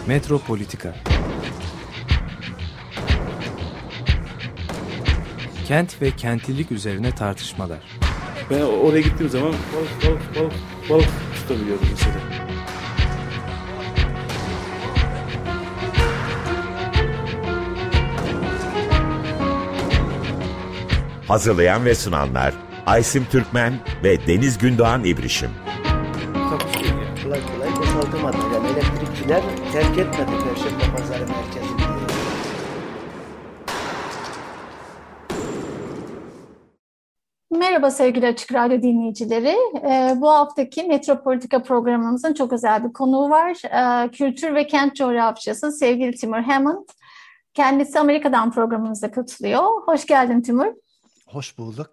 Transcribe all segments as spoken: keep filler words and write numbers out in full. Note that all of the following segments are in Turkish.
Metropolitika. Kent ve kentlilik üzerine tartışmalar. Ben oraya gittiğim zaman balık balık balık balık tutabiliyordum mesela. Hazırlayan ve sunanlar Aysim Türkmen ve Deniz Gündoğan İbrişim. Takusuyor yani. Kolay kolay boşaltamadı. Yani elektrikçiler terk etmedi Perşembe Pazarı merkezini. Merhaba sevgili Açık Radyo dinleyicileri. Ee, bu haftaki Metropolitika programımızın çok özel bir konuğu var. Ee, kültür ve kent coğrafyası sevgili Timur Hammond. Kendisi Amerika'dan programımıza katılıyor. Hoş geldin Timur. Hoş bulduk.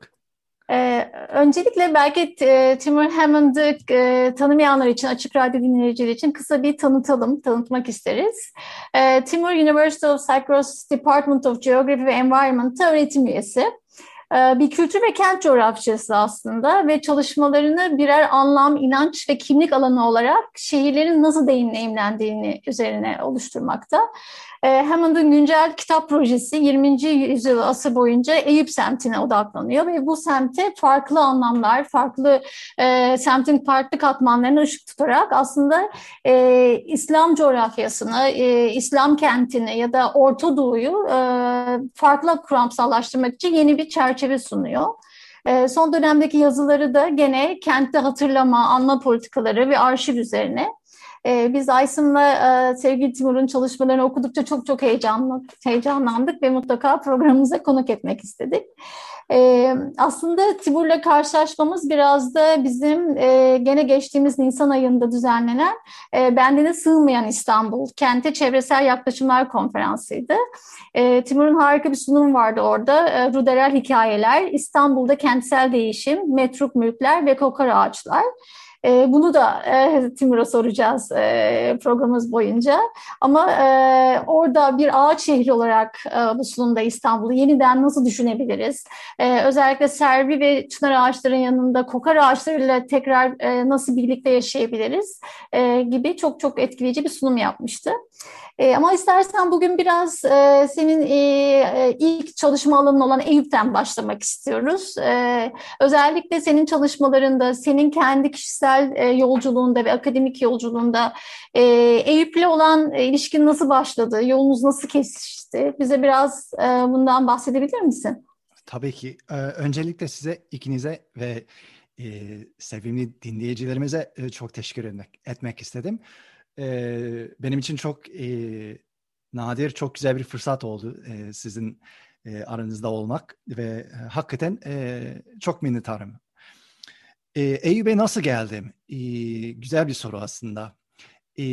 Ee, öncelikle belki e, Timur Hammond'ı e, tanımayanlar için, Açık Radyo dinleyicileri için kısa bir tanıtalım, tanıtmak isteriz. Ee, Timur, University of Cyprus Department of Geography ve Environment'ta öğretim üyesi. Bir kültür ve kent coğrafyası aslında ve çalışmalarını birer anlam, inanç ve kimlik alanı olarak şehirlerin nasıl deneyimlendiğini üzerine oluşturmakta. Hammond'un güncel kitap projesi yirminci yüzyıl asır boyunca Eyüp semtine odaklanıyor ve bu semte farklı anlamlar, farklı e, semtin farklı katmanlarına ışık tutarak aslında e, İslam coğrafyasını, e, İslam kentini ya da Orta Doğu'yu e, farklı kuramsallaştırmak için yeni bir çerçeve sunuyor. E, son dönemdeki yazıları da gene kentte hatırlama, anma politikaları ve arşiv üzerine. Ee, biz Aysim'le e, sevgili Timur'un çalışmalarını okudukça çok çok heyecanlı, heyecanlandık ve mutlaka programımıza konuk etmek istedik. Ee, aslında Timur'la karşılaşmamız biraz da bizim e, gene geçtiğimiz Nisan ayında düzenlenen e, Bendine Sığmayan İstanbul Kente Çevresel Yaklaşımlar Konferansı'ydı. E, Timur'un harika bir sunum vardı orada. E, Ruderel Hikayeler, İstanbul'da Kentsel Değişim, Metruk Mülkler ve Kokar Ağaçlar. Bunu da e, Timur'a soracağız e, programımız boyunca. Ama e, orada bir ağaç şehri olarak e, bu sunumda İstanbul'u yeniden nasıl düşünebiliriz? E, özellikle servi ve çınar ağaçların yanında kokar ağaçlarıyla tekrar e, nasıl birlikte yaşayabiliriz? E, gibi çok çok etkileyici bir sunum yapmıştı. E, ama istersen bugün biraz e, senin e, ilk çalışma alanın olan Eyüp'ten başlamak istiyoruz. E, özellikle senin çalışmalarında, senin kendi kişisel e, yolculuğunda ve akademik yolculuğunda e, Eyüp'le olan e, ilişkin nasıl başladı, yolunuz nasıl kesişti? Bize biraz e, bundan bahsedebilir misin? Tabii ki. Ee, öncelikle size ikinize ve e, sevimli dinleyicilerimize e, çok teşekkür etmek, etmek istedim. Ee, benim için çok e, nadir, çok güzel bir fırsat oldu e, sizin e, aranızda olmak ve e, hakikaten e, çok minnettarım. E, Eyüp'e nasıl geldim? E, güzel bir soru aslında. E,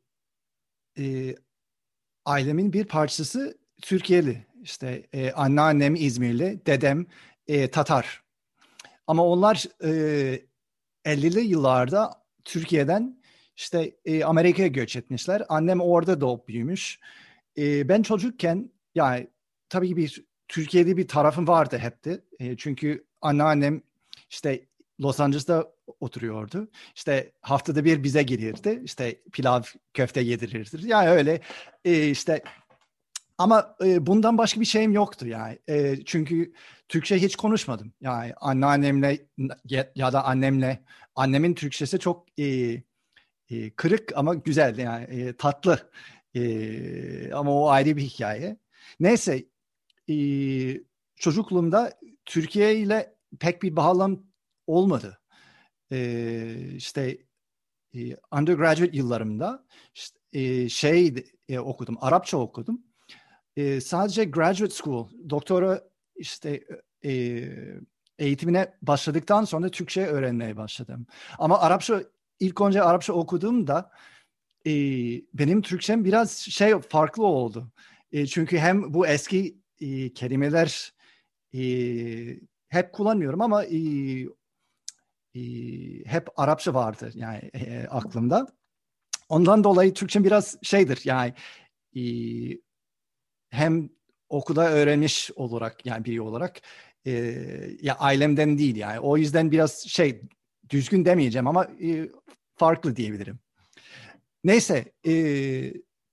e, ailemin bir parçası Türkiye'li. İşte e, anneannem İzmirli, dedem e, Tatar. Ama onlar e, ellili yıllarda Türkiye'den İşte e, Amerika'ya göç etmişler. Annem orada doğup büyümüş. E, ben çocukken yani tabii bir Türkiye'de bir tarafım vardı hepti. E, çünkü anneannem işte Los Angeles'ta oturuyordu. İşte haftada bir bize gelirdi. İşte pilav, köfte yedirirdi. Yani öyle e, işte ama e, bundan başka bir şeyim yoktu yani. E, çünkü Türkçe hiç konuşmadım. Yani anneannemle ya, ya da annemle. Annemin Türkçesi çok e, E, kırık ama güzel yani e, tatlı e, ama o ayrı bir hikaye. Neyse e, çocukluğumda Türkiye ile pek bir bağlam olmadı. E, işte e, undergraduate yıllarımda işte, e, şey e, okudum, Arapça okudum. E, sadece graduate school, doktora işte e, eğitimine başladıktan sonra Türkçe öğrenmeye başladım. Ama Arapça İlk önce Arapça okuduğumda e, benim Türkçem biraz şey farklı oldu. E, çünkü hem bu eski e, kelimeler e, hep kullanmıyorum ama e, e, hep Arapça vardı yani e, aklımda. Ondan dolayı Türkçem biraz şeydir yani e, hem okulda öğrenmiş olarak yani biri olarak e, ya ailemden değil yani. O yüzden biraz şey düzgün demeyeceğim ama e, farklı diyebilirim. Neyse, e,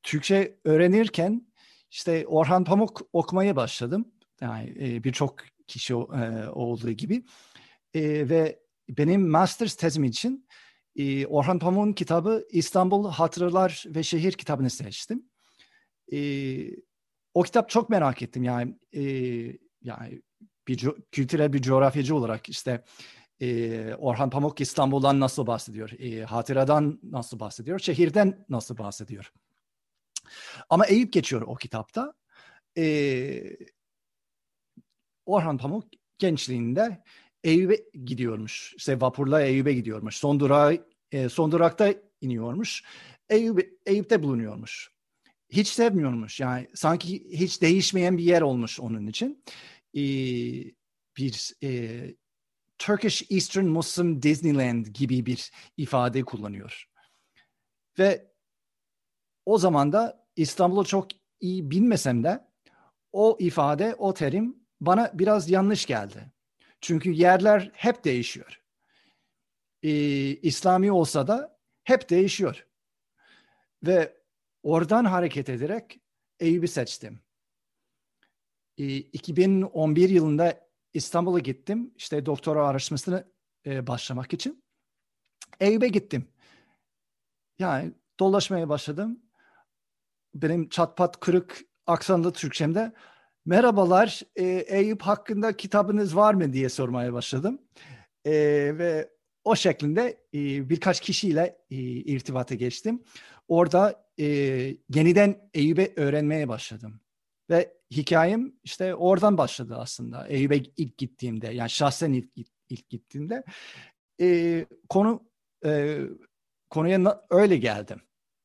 Türkçe öğrenirken işte Orhan Pamuk okumaya başladım. Yani e, birçok kişi e, olduğu gibi. E, ve benim master's tezim için e, Orhan Pamuk'un kitabı İstanbul Hatıralar ve Şehir kitabını seçtim. E, o kitap çok merak ettim. Yani e, yani bir co- kültürel bir coğrafyacı olarak işte e, Orhan Pamuk İstanbul'dan nasıl bahsediyor? E, hatıradan nasıl bahsediyor? Şehirden nasıl bahsediyor? Ama Eyüp geçiyor o kitapta. Ee, Orhan Pamuk gençliğinde Eyüp'e gidiyormuş. İşte vapurla Eyüp'e gidiyormuş. Son durağı, e, son durakta iniyormuş. Eyüp, Eyüp'te bulunuyormuş. Hiç sevmiyormuş. Yani sanki hiç değişmeyen bir yer olmuş onun için. Ee, bir e, Turkish Eastern Muslim Disneyland gibi bir ifade kullanıyor. Ve o zaman da İstanbul'u çok iyi bilmesem de o ifade, o terim bana biraz yanlış geldi. Çünkü yerler hep değişiyor. Ee, İslami olsa da hep değişiyor. Ve oradan hareket ederek Eyüp'ü seçtim. Ee, iki bin on bir yılında İstanbul'a gittim. İşte doktora araştırmasını e, başlamak için. Eyüp'e gittim. Yani dolaşmaya başladım. Benim çatpat kırık aksanlı Türkçemde merhabalar e, Eyüp hakkında kitabınız var mı diye sormaya başladım. E, ve o şeklinde e, birkaç kişiyle e, irtibata geçtim. Orada e, yeniden Eyüp'e öğrenmeye başladım. Ve hikayem işte oradan başladı aslında. Eyüp'e ilk gittiğimde, yani şahsen ilk, ilk gittiğimde e, konu e, konuya öyle geldim.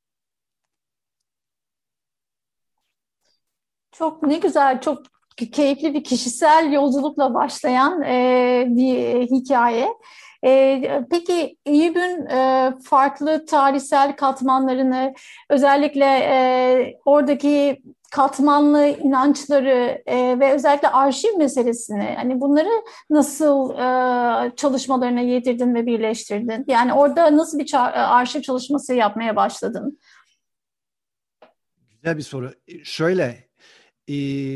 Çok ne güzel, çok keyifli bir kişisel yolculukla başlayan e, bir hikaye. E, peki Eyüp'ün e, farklı tarihsel katmanlarını, özellikle e, oradaki katmanlı inançları e, ve özellikle arşiv meselesini, hani bunları nasıl e, çalışmalarına yedirdin ve birleştirdin? Yani orada nasıl bir ça- arşiv çalışması yapmaya başladın? Güzel bir soru. Şöyle, e,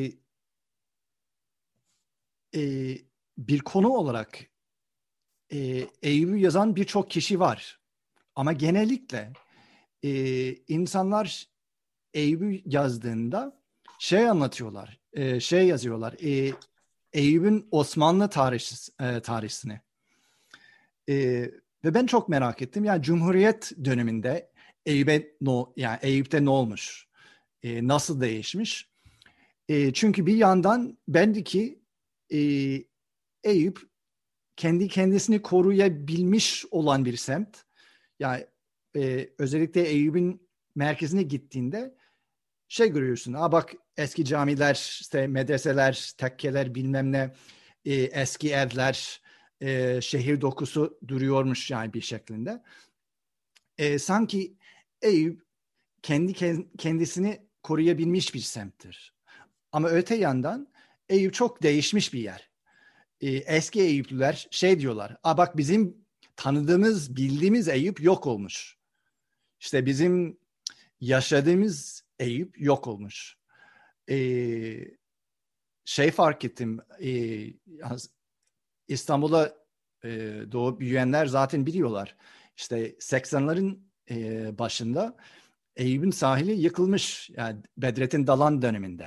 e, bir konu olarak e, Eyüp'ü yazan birçok kişi var. Ama genellikle e, insanlar Eyüp'ü yazdığında şey anlatıyorlar, e, şey yazıyorlar. E, Eyüp'ün Osmanlı tarih, e, tarihini. E, ve ben çok merak ettim. Yani Cumhuriyet döneminde Eyüp'e no, yani Eyüp'te ne olmuş? E, nasıl değişmiş? E, çünkü bir yandan bendeki e, Eyüp kendi kendisini koruyabilmiş olan bir semt. Yani e, özellikle Eyüp'ün merkezine gittiğinde şey görüyorsun. Aa bak eski camiler, işte medreseler, tekkeler bilmem ne, e, eski evler, e, şehir dokusu duruyormuş yani bir şeklinde. E, sanki Eyüp kendi kendisini koruyabilmiş bir semttir. Ama öte yandan Eyüp çok değişmiş bir yer. Ee, eski Eyüplüler şey diyorlar. Aa bak bizim tanıdığımız, bildiğimiz Eyüp yok olmuş. İşte bizim yaşadığımız Eyüp yok olmuş. Ee, şey fark ettim. E, İstanbul'a e, doğup büyüyenler zaten biliyorlar. İşte seksenlerin e, başında Eyüp'ün sahili yıkılmış. Yani Bedrettin Dalan döneminde.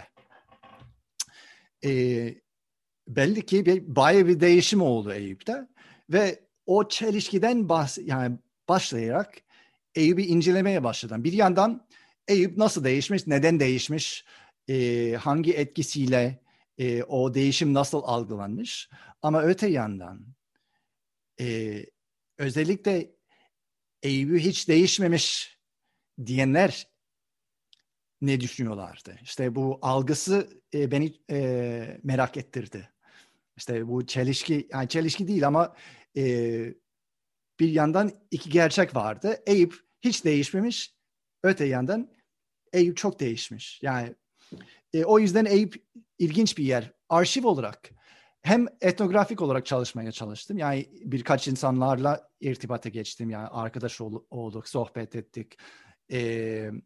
E, belli ki bir bayağı bir değişim oldu Eyüp'te ve o çelişkiden bahs- yani başlayarak Eyüp'ü incelemeye başladım. Bir yandan Eyüp nasıl değişmiş, neden değişmiş, e, hangi etkisiyle e, o değişim nasıl algılanmış. Ama öte yandan e, özellikle Eyüp'ü hiç değişmemiş diyenler ne düşünüyorlardı? İşte bu algısı e, beni e, merak ettirdi. İşte bu çelişki, yani çelişki değil ama e, bir yandan iki gerçek vardı. Eyüp hiç değişmemiş, öte yandan Eyüp çok değişmiş. Yani e, o yüzden Eyüp ilginç bir yer. Arşiv olarak hem etnografik olarak çalışmaya çalıştım. Yani birkaç insanlarla irtibata geçtim. Yani arkadaş olduk, sohbet ettik. E,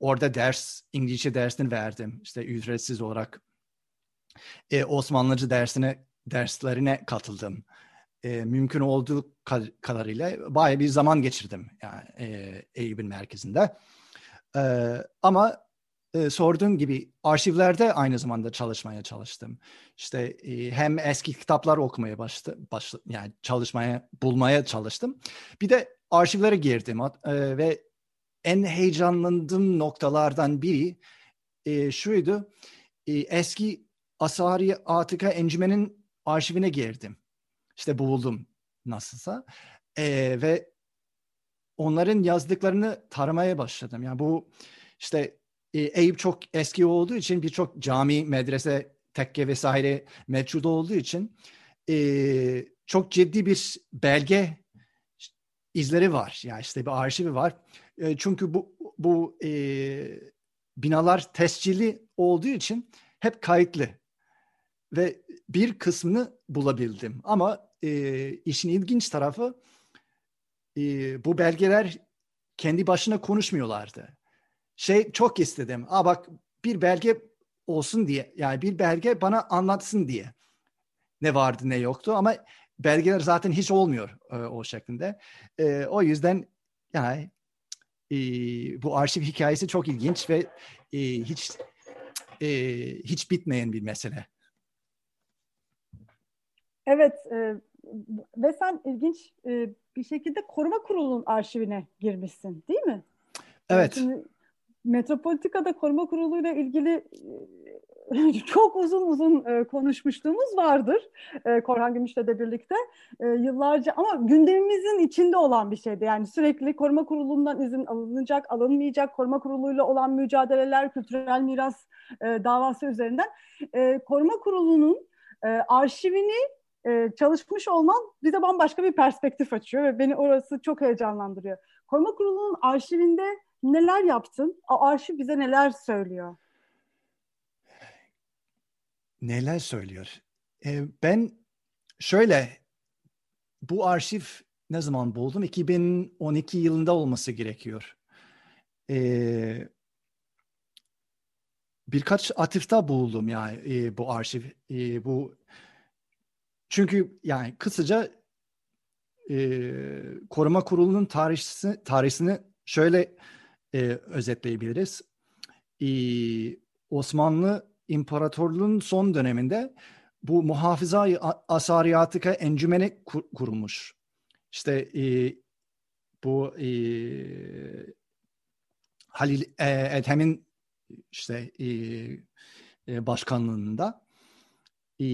orada ders, İngilizce dersini verdim. İşte ücretsiz olarak e, Osmanlıca dersine derslerine katıldım. E, mümkün olduğu kadarıyla bayağı bir zaman geçirdim yani e, Eyüp'ün merkezinde. E, ama e, sorduğum gibi arşivlerde aynı zamanda çalışmaya çalıştım. İşte e, hem eski kitaplar okumaya başladım, başla, yani çalışmaya, bulmaya çalıştım. Bir de arşivlere girdim e, ve en heyecanlandığım noktalardan biri e, şuydu. E, eski Asari Atıka Encümen'in arşivine girdim. İşte buldum nasılsa e, ve onların yazdıklarını taramaya başladım. Yani bu işte e, Eyüp çok eski olduğu için birçok cami, medrese, tekke vesaire mevcut olduğu için e, çok ciddi bir belge izleri var. Yani işte bir arşivi var. E, çünkü bu bu e, binalar tescilli olduğu için hep kayıtlı. Ve bir kısmını bulabildim. Ama e, işin ilginç tarafı e, bu belgeler kendi başına konuşmuyorlardı. Şey çok istedim. Aa bak bir belge olsun diye. Yani bir belge bana anlatsın diye. Ne vardı ne yoktu ama belgeler zaten hiç olmuyor e, o şeklinde. E, o yüzden yani e, bu arşiv hikayesi çok ilginç ve e, hiç e, hiç bitmeyen bir mesele. Evet e, ve sen ilginç e, bir şekilde Koruma Kurulu'nun arşivine girmişsin, değil mi? Evet. Şimdi Metropolitika'da Koruma Kurulu'yla ilgili e, çok uzun uzun e, konuşmuşluğumuz vardır. E, Korhan Gümüş'le de birlikte e, yıllarca ama gündemimizin içinde olan bir şeydi. Yani sürekli Koruma Kurulu'ndan izin alınacak, alınmayacak, Koruma Kurulu'yla olan mücadeleler, kültürel miras e, davası üzerinden. E, Koruma Kurulu'nun e, arşivini e, çalışmış olman bize bambaşka bir perspektif açıyor ve beni orası çok heyecanlandırıyor. Koruma Kurulu'nun arşivinde neler yaptın? O arşiv bize neler söylüyor? Neler söylüyor? Ee, ben şöyle, bu arşiv ne zaman buldum? iki bin on iki yılında olması gerekiyor. Ee, birkaç atıfta buldum yani e, bu arşiv. E, bu çünkü yani kısaca e, Koruma Kurulu'nun tarihsini, tarihini şöyle e, özetleyebiliriz. E, Osmanlı İmparatorluğu'nun son döneminde bu Muhafaza-i Asariyatıka Encümeni kur, kurulmuş. İşte e, bu e, Halil e, Edhem'in işte e, e, başkanlığında e,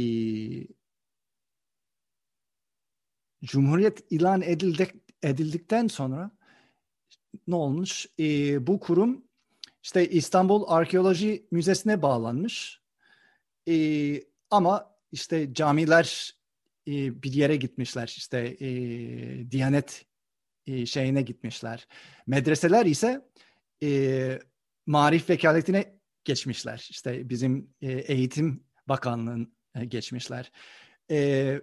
Cumhuriyet ilan edildik, edildikten sonra ne olmuş? E, bu kurum işte İstanbul Arkeoloji Müzesi'ne bağlanmış. E, ama işte camiler e, bir yere gitmişler. İşte e, Diyanet e, şeyine gitmişler. Medreseler ise e, Marif Vekaletine geçmişler. İşte bizim e, Eğitim Bakanlığı'na e, geçmişler. E,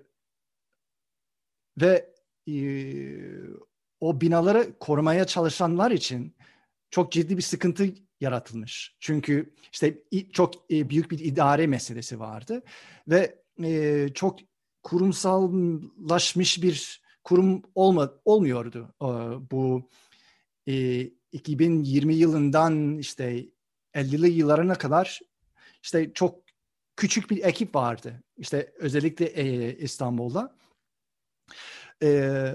ve e, o binaları korumaya çalışanlar için çok ciddi bir sıkıntı yaratılmış. Çünkü işte çok büyük bir idare meselesi vardı ve e, çok kurumsallaşmış bir kurum olma, olmuyordu. E, bu e, iki bin yirmi yılından işte ellili yıllarına kadar işte çok küçük bir ekip vardı. İşte özellikle e, İstanbul'da. E,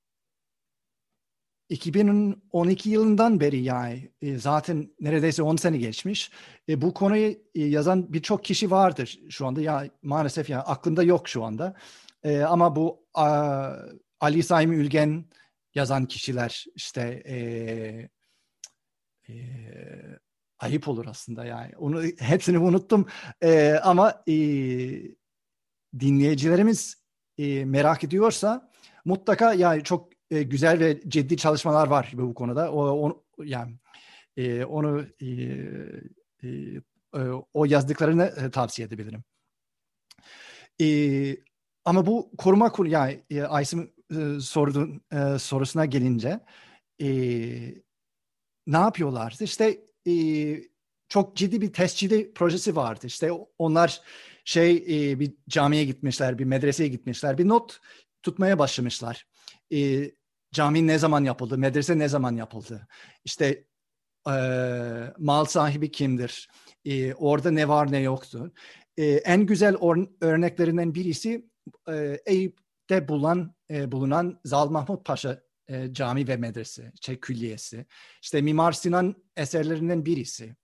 iki bin on iki yılından beri yani e, zaten neredeyse on sene geçmiş. E, bu konuyu e, yazan birçok kişi vardır şu anda. Ya maalesef ya aklımda yok şu anda. E, ama bu a, Ali Sami Ülgen yazan kişiler işte e, e, ayıp olur aslında yani. Onu hepsini unuttum. E, ama e, dinleyicilerimiz e, merak ediyorsa mutlaka yani çok e, güzel ve ciddi çalışmalar var bu konuda. O onu, yani e, onu e, e, o yazdıklarını e, tavsiye edebilirim. E, ama bu koruma kurulu yani e, Aysim e, sorduğun e, sorusuna gelince e, ne yapıyorlardı? İşte e, çok ciddi bir tescilli projesi vardı. İşte onlar şey e, bir camiye gitmişler, bir medreseye gitmişler, bir not tutmaya başlamışlar. E, cami ne zaman yapıldı, medrese ne zaman yapıldı? İşte e, mal sahibi kimdir? E, orada ne var ne yoktu? E, en güzel or- örneklerinden birisi e, Eyüp'te bulunan, e, bulunan Zal Mahmut Paşa e, Cami ve Medrese, şey, külliyesi. İşte Mimar Sinan eserlerinden birisi.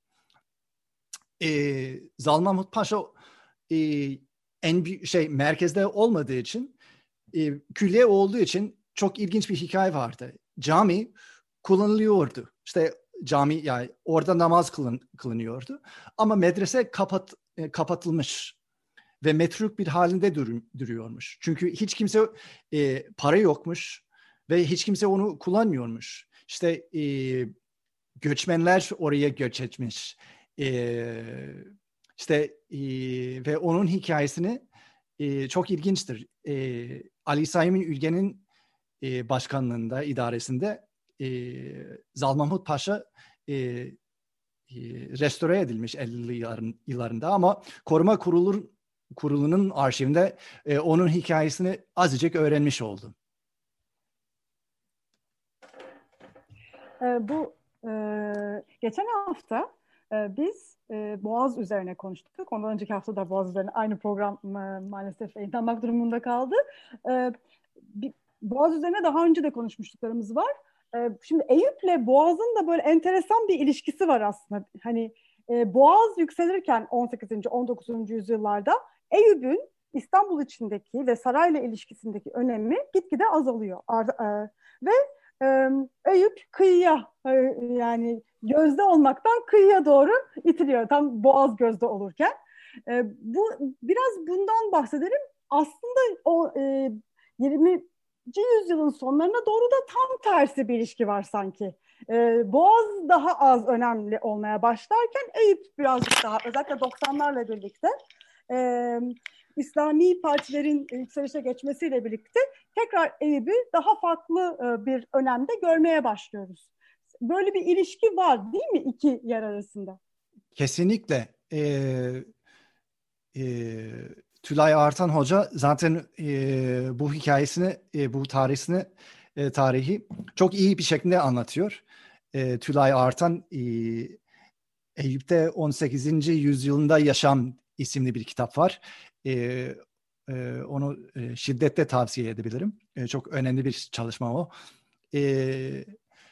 E, Zal Mahmut Paşa e, en büyük şey merkezde olmadığı için, e, külliye olduğu için çok ilginç bir hikaye vardı. Cami kullanılıyordu. İşte cami, yani orada namaz kılın, kılınıyordu. Ama medrese kapat, e, kapatılmış ve metruk bir halinde dur, duruyormuş. Çünkü hiç kimse e, para yokmuş ve hiç kimse onu kullanmıyormuş. İşte e, göçmenler oraya göç etmiş. E, işte e, ve onun hikayesini e, çok ilginçtir. E, Ali Sami Ülgen'in e, başkanlığında, idaresinde e, Zal Mahmut Paşa e, e, restore edilmiş ellili yılların, yıllarında ama Koruma Kurulu, Kurulu'nun arşivinde e, onun hikayesini azıcık öğrenmiş oldum. E, bu e, geçen hafta e, biz e, Boğaz üzerine konuştuk. Ondan önceki hafta da Boğaz üzerine aynı program e, maalesef yayınlanmak durumunda kaldı. E, bir, Boğaz üzerine daha önce de konuşmuştuklarımız var. E, şimdi Eyüp'le Boğaz'ın da böyle enteresan bir ilişkisi var aslında. Hani e, Boğaz yükselirken on sekizinci on dokuzuncu yüzyıllarda Eyüp'ün İstanbul içindeki ve sarayla ilişkisindeki önemi gitgide azalıyor. Ar, e, ve e, Eyüp kıyıya, e, yani gözde olmaktan kıyıya doğru itiliyor. Tam Boğaz gözde olurken. E, bu biraz bundan bahsedelim. Aslında o e, yirminci yüzyılın sonlarına doğru da tam tersi bir ilişki var sanki. Ee, Boğaz daha az önemli olmaya başlarken Eyüp birazcık daha, özellikle doksanlarla birlikte e, İslami partilerin yükselişe geçmesiyle birlikte tekrar Eyüp'ü daha farklı e, bir önemde görmeye başlıyoruz. Böyle bir ilişki var değil mi iki yer arasında? Kesinlikle. Ee, e, Tülay Artan Hoca zaten e, bu hikayesini, e, bu tarihini, e, tarihi çok iyi bir şekilde anlatıyor. E, Tülay Artan e, Eyüp'te on sekizinci yüzyılında Yaşam isimli bir kitap var. E, e, onu e, şiddetle tavsiye edebilirim. E, çok önemli bir çalışma o. E,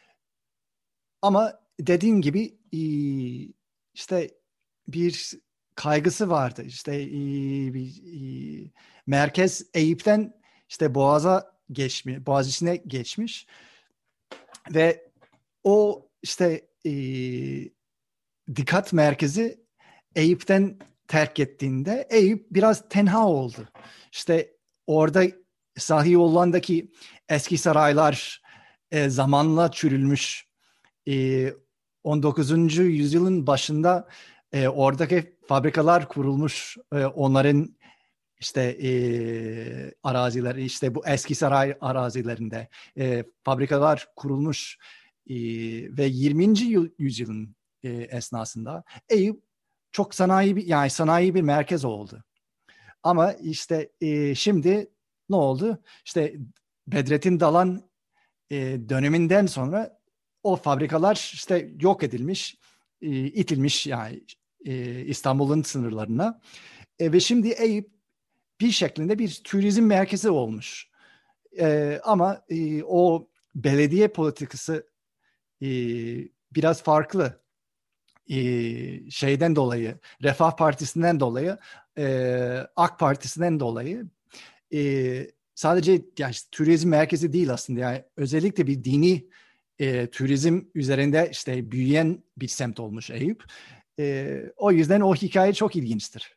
ama dediğim gibi e, işte bir kaygısı vardı. İşte e, bir e, merkez Eyüp'ten işte Boğaz'a geçmiş, Boğaz içine geçmiş ve o işte e, dikkat merkezi Eyüp'ten terk ettiğinde Eyüp biraz tenha oldu. İşte orada Sahih Yolları'ndaki eski saraylar e, zamanla çürülmüş. E, on dokuzuncu yüzyılın başında e, oradaki fabrikalar kurulmuş. E, onların işte e, arazileri, işte bu eski saray arazilerinde e, fabrikalar kurulmuş e, ve yirminci yüzyılın e, esnasında Eyüp çok sanayi bir, yani sanayi bir merkez oldu. Ama işte e, şimdi ne oldu? İşte Bedrettin Dalan e, döneminden sonra o fabrikalar işte yok edilmiş, e, itilmiş yani e, İstanbul'un sınırlarına. E, ve şimdi Eyüp bir şeklinde bir turizm merkezi olmuş. E, ama e, o belediye politikası e, biraz farklı. E, şeyden dolayı, Refah Partisi'nden dolayı, e, AK Partisi'nden dolayı e, sadece yani turizm merkezi değil aslında. Yani özellikle bir dini e, turizm üzerinde işte büyüyen bir semt olmuş Eyüp. E, o yüzden o hikaye çok ilginçtir.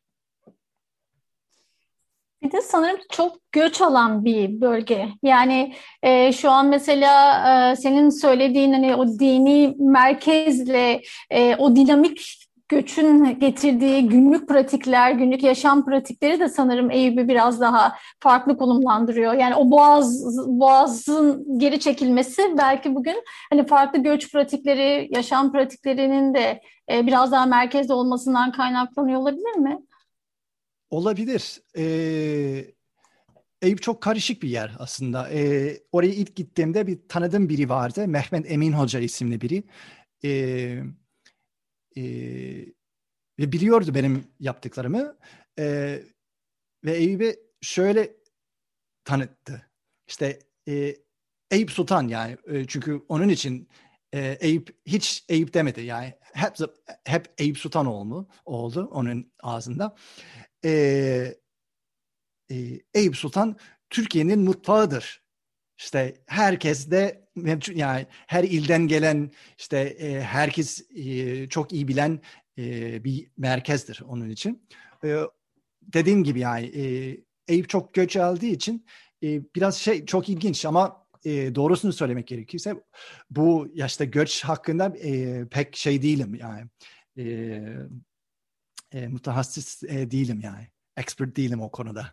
Bir de sanırım çok göç alan bir bölge. Yani e, şu an mesela e, senin söylediğin hani o dini merkezle e, o dinamik göçün getirdiği günlük pratikler, günlük yaşam pratikleri de sanırım Eyüp'ü biraz daha farklı konumlandırıyor. Yani o boğaz, boğazın geri çekilmesi belki bugün hani farklı göç pratikleri, yaşam pratiklerinin de e, biraz daha merkezde olmasından kaynaklanıyor olabilir mi? Olabilir. Ee, Eyüp çok karışık bir yer aslında. Ee, oraya ilk gittiğimde bir tanıdığım biri vardı. Mehmet Emin Hoca isimli biri. Ee, e, ve biliyordu benim yaptıklarımı. Ee, ve Eyüp'e şöyle tanıttı. İşte e, Eyüp Sultan yani. E, çünkü onun için e, Eyüp hiç Eyüp demedi. Yani hep hep Eyüp Sultan oldu, oldu onun ağzında. Ee, e, Eyüp Sultan Türkiye'nin mutfağıdır. İşte herkes de yani her ilden gelen işte e, herkes e, çok iyi bilen e, bir merkezdir onun için. E, dediğim gibi yani e, Eyüp çok göç aldığı için e, biraz şey çok ilginç ama e, doğrusunu söylemek gerekirse bu yaşta göç hakkında e, pek şey değilim yani e, e, mutahassis e, değilim yani expert değilim o konuda.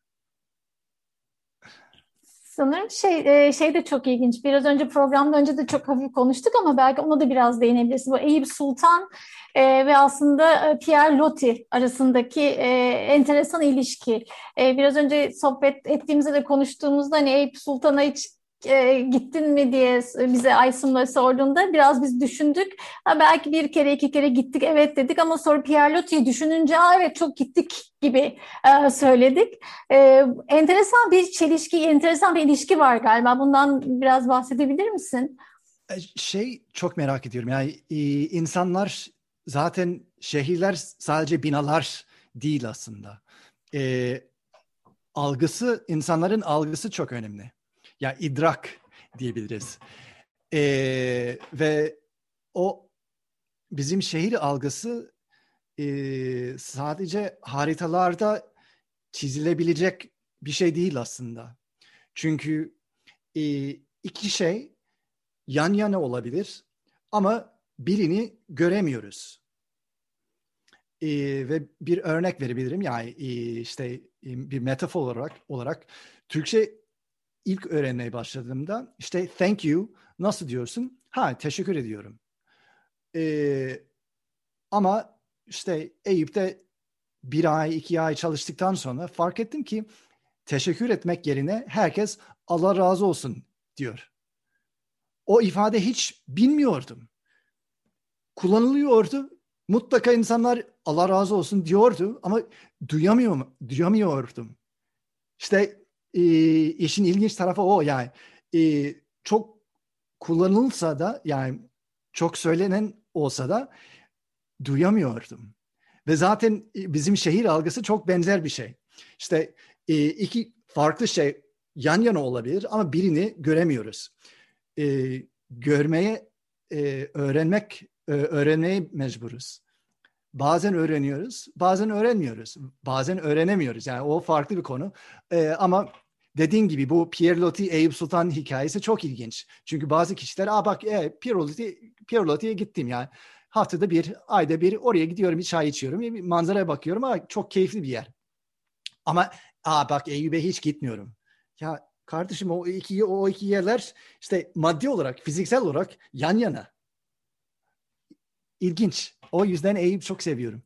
Sanırım şey e, şey de çok ilginç. Biraz önce programda önce de çok hafif konuştuk ama belki ona da biraz değinebiliriz. Bu Eyüp Sultan e, ve aslında Pierre Loti arasındaki e, enteresan ilişki. E, biraz önce sohbet ettiğimizde de konuştuğumuzda hani Eyüp Sultan'a hiç e, gittin mi diye bize Aysun'la sorduğunda biraz biz düşündük. Ha, belki bir kere iki kere gittik evet dedik ama sonra Pierre Loti'yi düşününce evet çok gittik gibi e, söyledik. E, enteresan bir çelişki, enteresan bir ilişki var galiba. Bundan biraz bahsedebilir misin? Şey çok merak ediyorum. Yani e, insanlar zaten şehirler sadece binalar değil aslında. E, algısı, insanların algısı çok önemli. Ya idrak diyebiliriz. E, ve o bizim şehir algısı e, sadece haritalarda çizilebilecek bir şey değil aslında. Çünkü e, iki şey yan yana olabilir ama birini göremiyoruz. E, ve bir örnek verebilirim. Yani e, işte e, bir metafor olarak olarak Türkçe ilk öğrenmeye başladığımda işte thank you nasıl diyorsun? Ha teşekkür ediyorum. E, ama işte Eyüp'te bir ay iki ay çalıştıktan sonra fark ettim ki teşekkür etmek yerine herkes Allah razı olsun diyor. O ifade hiç bilmiyordum. Kullanılıyordu. Mutlaka insanlar Allah razı olsun diyordu ama duyamıyor, duyamıyordum. İşte e, işin ilginç tarafı o yani e, çok kullanılsa da yani çok söylenen olsa da duyamıyordum. Ve zaten bizim şehir algısı çok benzer bir şey. İşte e, iki farklı şey yan yana olabilir ama birini göremiyoruz. E, görmeye, e, öğrenmek, e, öğrenmeye mecburuz. Bazen öğreniyoruz, bazen öğrenmiyoruz. Bazen öğrenemiyoruz. Yani o farklı bir konu. E, ama dediğin gibi bu Pierre Loti, Eyüp Sultan hikayesi çok ilginç. Çünkü bazı kişiler, aa bak e, Pierre Loti, Pierre Loti'ye gittim yani. Haftada bir, ayda bir oraya gidiyorum, bir çay içiyorum, bir manzaraya bakıyorum ama çok keyifli bir yer. Ama aa bak Eyüp'e hiç gitmiyorum. Ya kardeşim o iki, o iki yerler işte maddi olarak, fiziksel olarak yan yana. İlginç. O yüzden Eyüp çok seviyorum.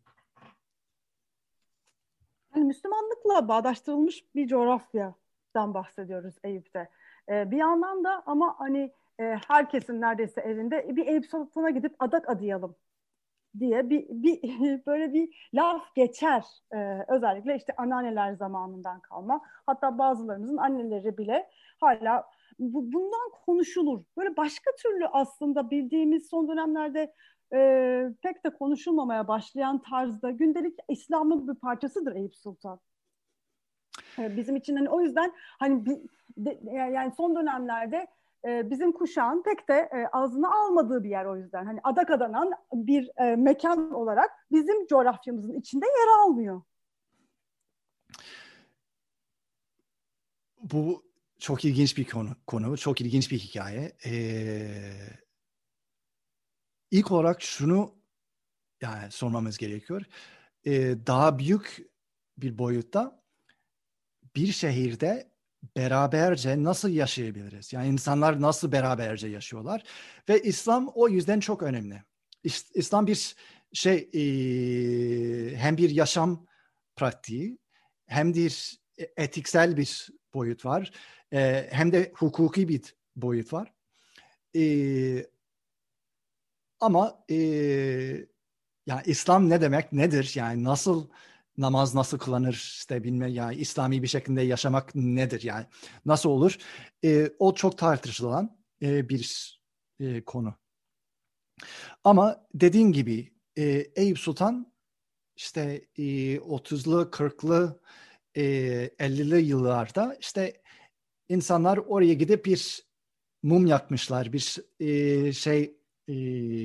Yani Müslümanlıkla bağdaştırılmış bir coğrafyadan bahsediyoruz Eyüp'te. Ee, bir yandan da ama hani e, herkesin neredeyse evinde bir Eyüp Sultan'a gidip adak adayalım diye bir, bir böyle bir laf geçer. Ee, özellikle işte anneanneler zamanından kalma. Hatta bazılarımızın anneleri bile hala bu, bundan konuşulur. Böyle başka türlü aslında bildiğimiz son dönemlerde e, pek de konuşulmamaya başlayan tarzda gündelik İslam'ın bir parçasıdır Eyüp Sultan. Ee, bizim için hani o yüzden hani bir, de, yani son dönemlerde e, bizim kuşağın pek de e, ağzına almadığı bir yer o yüzden. Hani adak adanan bir e, mekan olarak bizim coğrafyamızın içinde yer almıyor. Bu çok ilginç bir konu, konu çok ilginç bir hikaye. Ee, ilk olarak şunu yani sormamız gerekiyor. Ee, daha büyük bir boyutta bir şehirde beraberce nasıl yaşayabiliriz? Yani insanlar nasıl beraberce yaşıyorlar? Ve İslam o yüzden çok önemli. İslam bir şey e, hem bir yaşam pratiği hem bir etiksel bir boyut var. E, hem de hukuki bir boyut var. E, ama e, yani İslam ne demek, nedir? Yani nasıl namaz nasıl kılanır, işte bilmem yani İslami bir şekilde yaşamak nedir yani nasıl olur? E, o çok tartışılan e, bir e, konu. Ama dediğin gibi e, Eyüp Sultan işte e, otuzlu, kırklı, e, ellili yıllarda işte insanlar oraya gidip bir mum yakmışlar, bir e, şey e,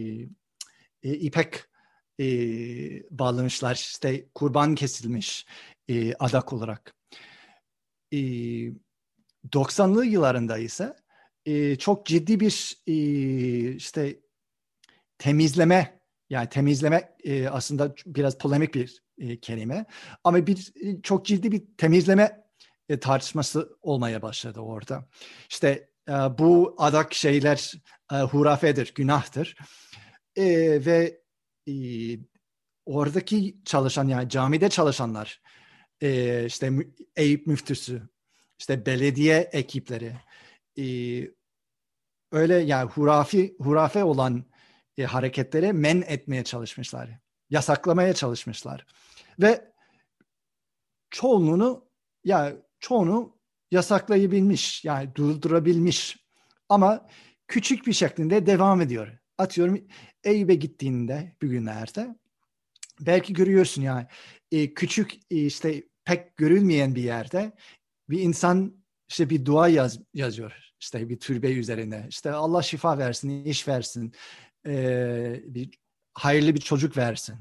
e, ipek e, bağlamışlar, işte kurban kesilmiş e, adak olarak. E, doksanlı yıllarında ise e, çok ciddi bir e, işte temizleme, yani temizleme e, aslında biraz polemik bir e, kelime ama bir e, çok ciddi bir temizleme e, tartışması olmaya başladı orada. İşte e, bu adak şeyler e, hurafedir, günahtır e, ve e, oradaki çalışan yani camide çalışanlar e, işte Eyüp müftüsü, işte belediye ekipleri e, öyle yani hurafi hurafe olan e, hareketleri men etmeye çalışmışlar. Yasaklamaya çalışmışlar. Ve çoğunluğunu ya çoğunu yasaklayabilmiş, yani durdurabilmiş. Ama küçük bir şeklinde devam ediyor. Atıyorum Eyüp'e gittiğinde bugünlerde belki görüyorsun yani e, küçük e, işte pek görülmeyen bir yerde bir insan işte bir dua yaz, yazıyor. İşte bir türbe üzerine. İşte Allah şifa versin, iş versin, e, bir hayırlı bir çocuk versin.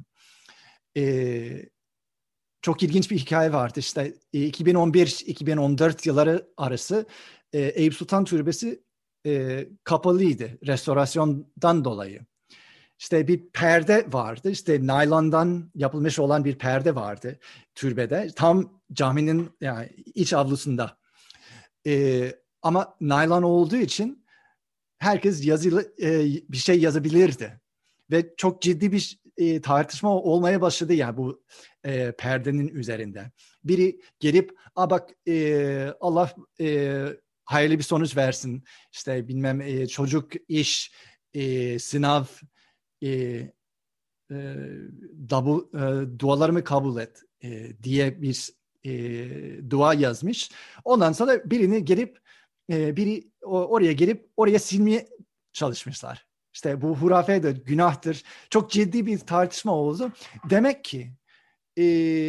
E, çok ilginç bir hikaye vardı. İşte iki bin on bir iki bin on dört yılları arası e, Eyüp Sultan Türbesi e, kapalıydı restorasyondan dolayı. İşte bir perde vardı. İşte naylondan yapılmış olan bir perde vardı türbede. Tam caminin yani iç avlusunda. Ee, ama naylon olduğu için herkes yazılı e, bir şey yazabilirdi. Ve çok ciddi bir e, tartışma olmaya başladı yani bu e, perdenin üzerinde. Biri gelip "Aa bak e, Allah e, hayırlı bir sonuç versin. İşte bilmem e, çocuk, iş, e, sınav, e, e, dabu, e, dualarımı kabul et e, diye bir e, dua yazmış. Ondan sonra birini gelip e, biri o, oraya gelip oraya silmeye çalışmışlar. İşte bu hurafedir, günahtır. Çok ciddi bir tartışma oldu. Demek ki e,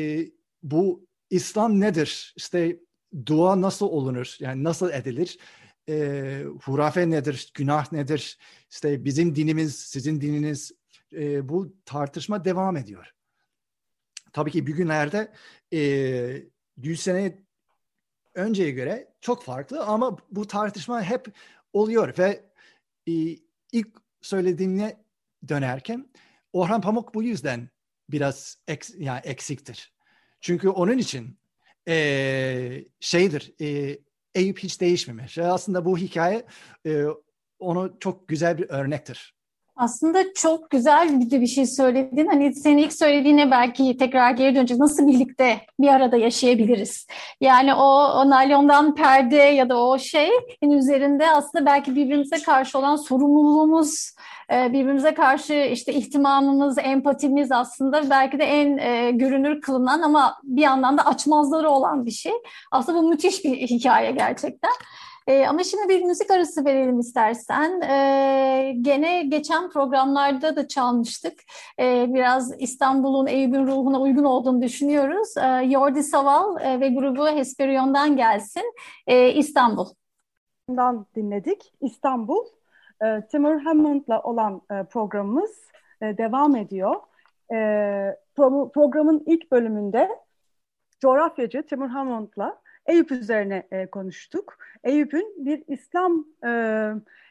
bu İslam nedir? İşte dua nasıl olunur? Yani nasıl edilir? E, hurafe nedir? Günah nedir? İşte bizim dinimiz, sizin dininiz, e, bu tartışma devam ediyor. Tabii ki bugünlerde e, yüz sene önceye göre çok farklı ama bu tartışma hep oluyor ve e, ilk söylediğine dönerken Orhan Pamuk bu yüzden biraz eks, yani eksiktir. Çünkü onun için e, şeydir, e, Eyüp hiç değişmemiş. Aslında bu hikaye e, onu çok güzel bir örnektir. Aslında çok güzel bir de bir şey söyledin. Hani senin ilk söylediğine belki tekrar geri döneceğiz. Nasıl birlikte bir arada yaşayabiliriz? Yani o, o nalyondan perde ya da o şeyin üzerinde aslında belki birbirimize karşı olan sorumluluğumuz, birbirimize karşı işte ihtimamımız, empatimiz aslında belki de en e, görünür kılınan ama bir yandan da açmazları olan bir şey. Aslında bu müthiş bir hikaye gerçekten. Ee, ama şimdi bir müzik arası verelim istersen. Ee, gene geçen programlarda da çalmıştık. Ee, biraz İstanbul'un, Eyüp'ün ruhuna uygun olduğunu düşünüyoruz. Ee, Jordi Savall e, ve grubu Hesperion'dan gelsin. Ee, İstanbul. Dinledik. İstanbul. Ee, Timur Hammond'la olan e, programımız e, devam ediyor. E, pro- programın ilk bölümünde coğrafyacı Timur Hammond'la Eyüp üzerine e, konuştuk. Eyüp'ün bir İslam e,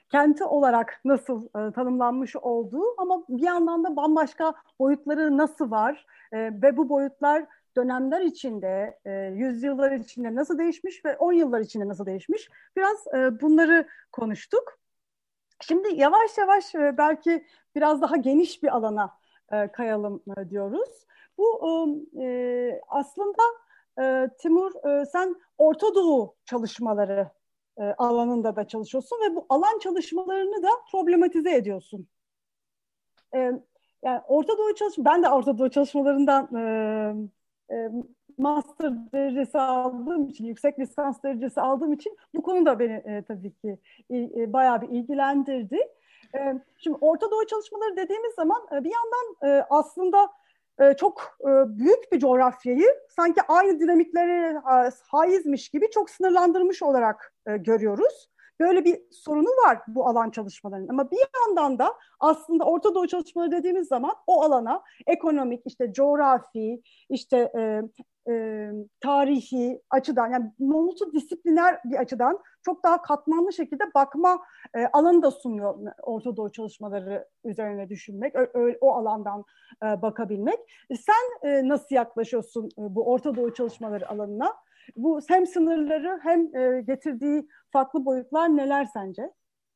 kenti olarak nasıl e, tanımlanmış olduğu ama bir yandan da bambaşka boyutları nasıl var e, ve bu boyutlar dönemler içinde, e, yüzyıllar içinde nasıl değişmiş ve on yıllar içinde nasıl değişmiş? Biraz e, bunları konuştuk. Şimdi yavaş yavaş e, belki biraz daha geniş bir alana e, kayalım e, diyoruz. Bu e, aslında e, Timur, e, sen Orta Doğu çalışmaları e, alanında da çalışıyorsun ve bu alan çalışmalarını da problematize ediyorsun. E, yani Orta Doğu çalışma, ben de Orta Doğu çalışmalarından e, e, master derecesi aldığım için, yüksek lisans derecesi aldığım için bu konu da beni e, tabii ki e, bayağı bir ilgilendirdi. E, şimdi Orta Doğu çalışmaları dediğimiz zaman e, bir yandan e, aslında e, çok e, büyük bir coğrafyayı sanki aynı dinamiklere e, haizmiş gibi çok sınırlandırmış olarak e, görüyoruz. Böyle bir sorunu var bu alan çalışmalarının. Ama bir yandan da aslında Orta Doğu çalışmaları dediğimiz zaman o alana ekonomik, işte coğrafi, işte e, e, tarihi açıdan, yani multidisipliner bir açıdan çok daha katmanlı şekilde bakma e, alanı da sunuyor Orta Doğu çalışmaları üzerine düşünmek, ö, ö, o alandan e, bakabilmek. Sen e, nasıl yaklaşıyorsun e, bu Orta Doğu çalışmaları alanına? Bu hem sınırları hem e, getirdiği farklı boyutlar neler sence?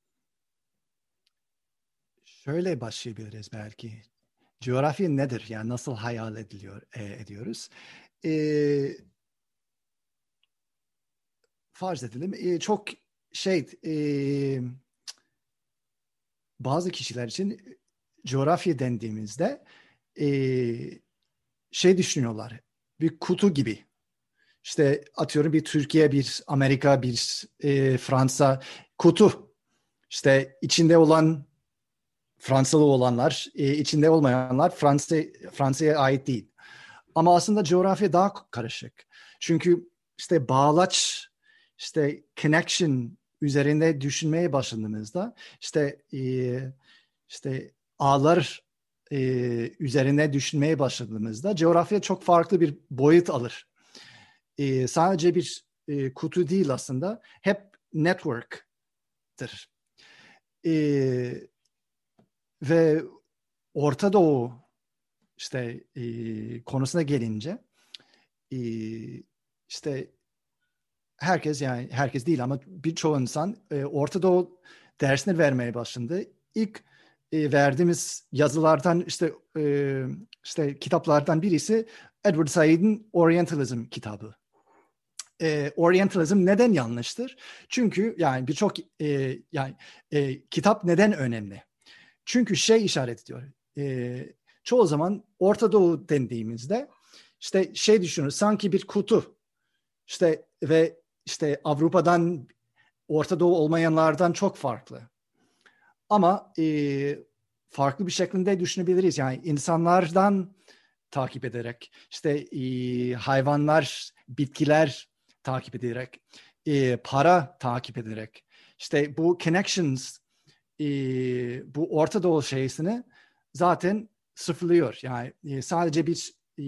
Şöyle başlayabiliriz belki. Coğrafya nedir? Yani nasıl hayal ediliyor, e, ediyoruz? E, farz edelim. E, çok şey, e, bazı kişiler için coğrafya dendiğimizde e, şey düşünüyorlar. Bir kutu gibi. İşte atıyorum bir Türkiye, bir Amerika, bir e, Fransa kutu. İşte içinde olan Fransalı olanlar, e, içinde olmayanlar Fransa Fransa'ya ait değil. Ama aslında coğrafya daha karışık. Çünkü işte bağlaç, işte connection üzerinde düşünmeye başladığımızda, işte e, işte ağlar e, üzerine düşünmeye başladığımızda coğrafya çok farklı bir boyut alır. E, sadece bir e, kutu değil aslında, hep network'tır. E, ve Orta Doğu işte e, konusuna gelince e, işte herkes, yani herkes değil ama birçok insan e, Orta Doğu dersini vermeye başladı. İlk e, verdiğimiz yazılardan işte e, işte kitaplardan birisi Edward Said'in Orientalism kitabı. E, Orientalism neden yanlıştır? Çünkü yani birçok e, yani e, kitap neden önemli? Çünkü şey işaret ediyor. E, çoğu zaman Orta Doğu dendiğimizde işte şey düşünürüz, sanki bir kutu. İşte ve işte Avrupa'dan, Orta Doğu olmayanlardan çok farklı. Ama e, farklı bir şekilde düşünebiliriz. Yani insanlardan takip ederek, işte e, hayvanlar, bitkiler takip ederek, e, para takip ederek, işte bu connections, e, bu Orta Doğu şeysini zaten sıfırlıyor. Yani e, sadece bir e,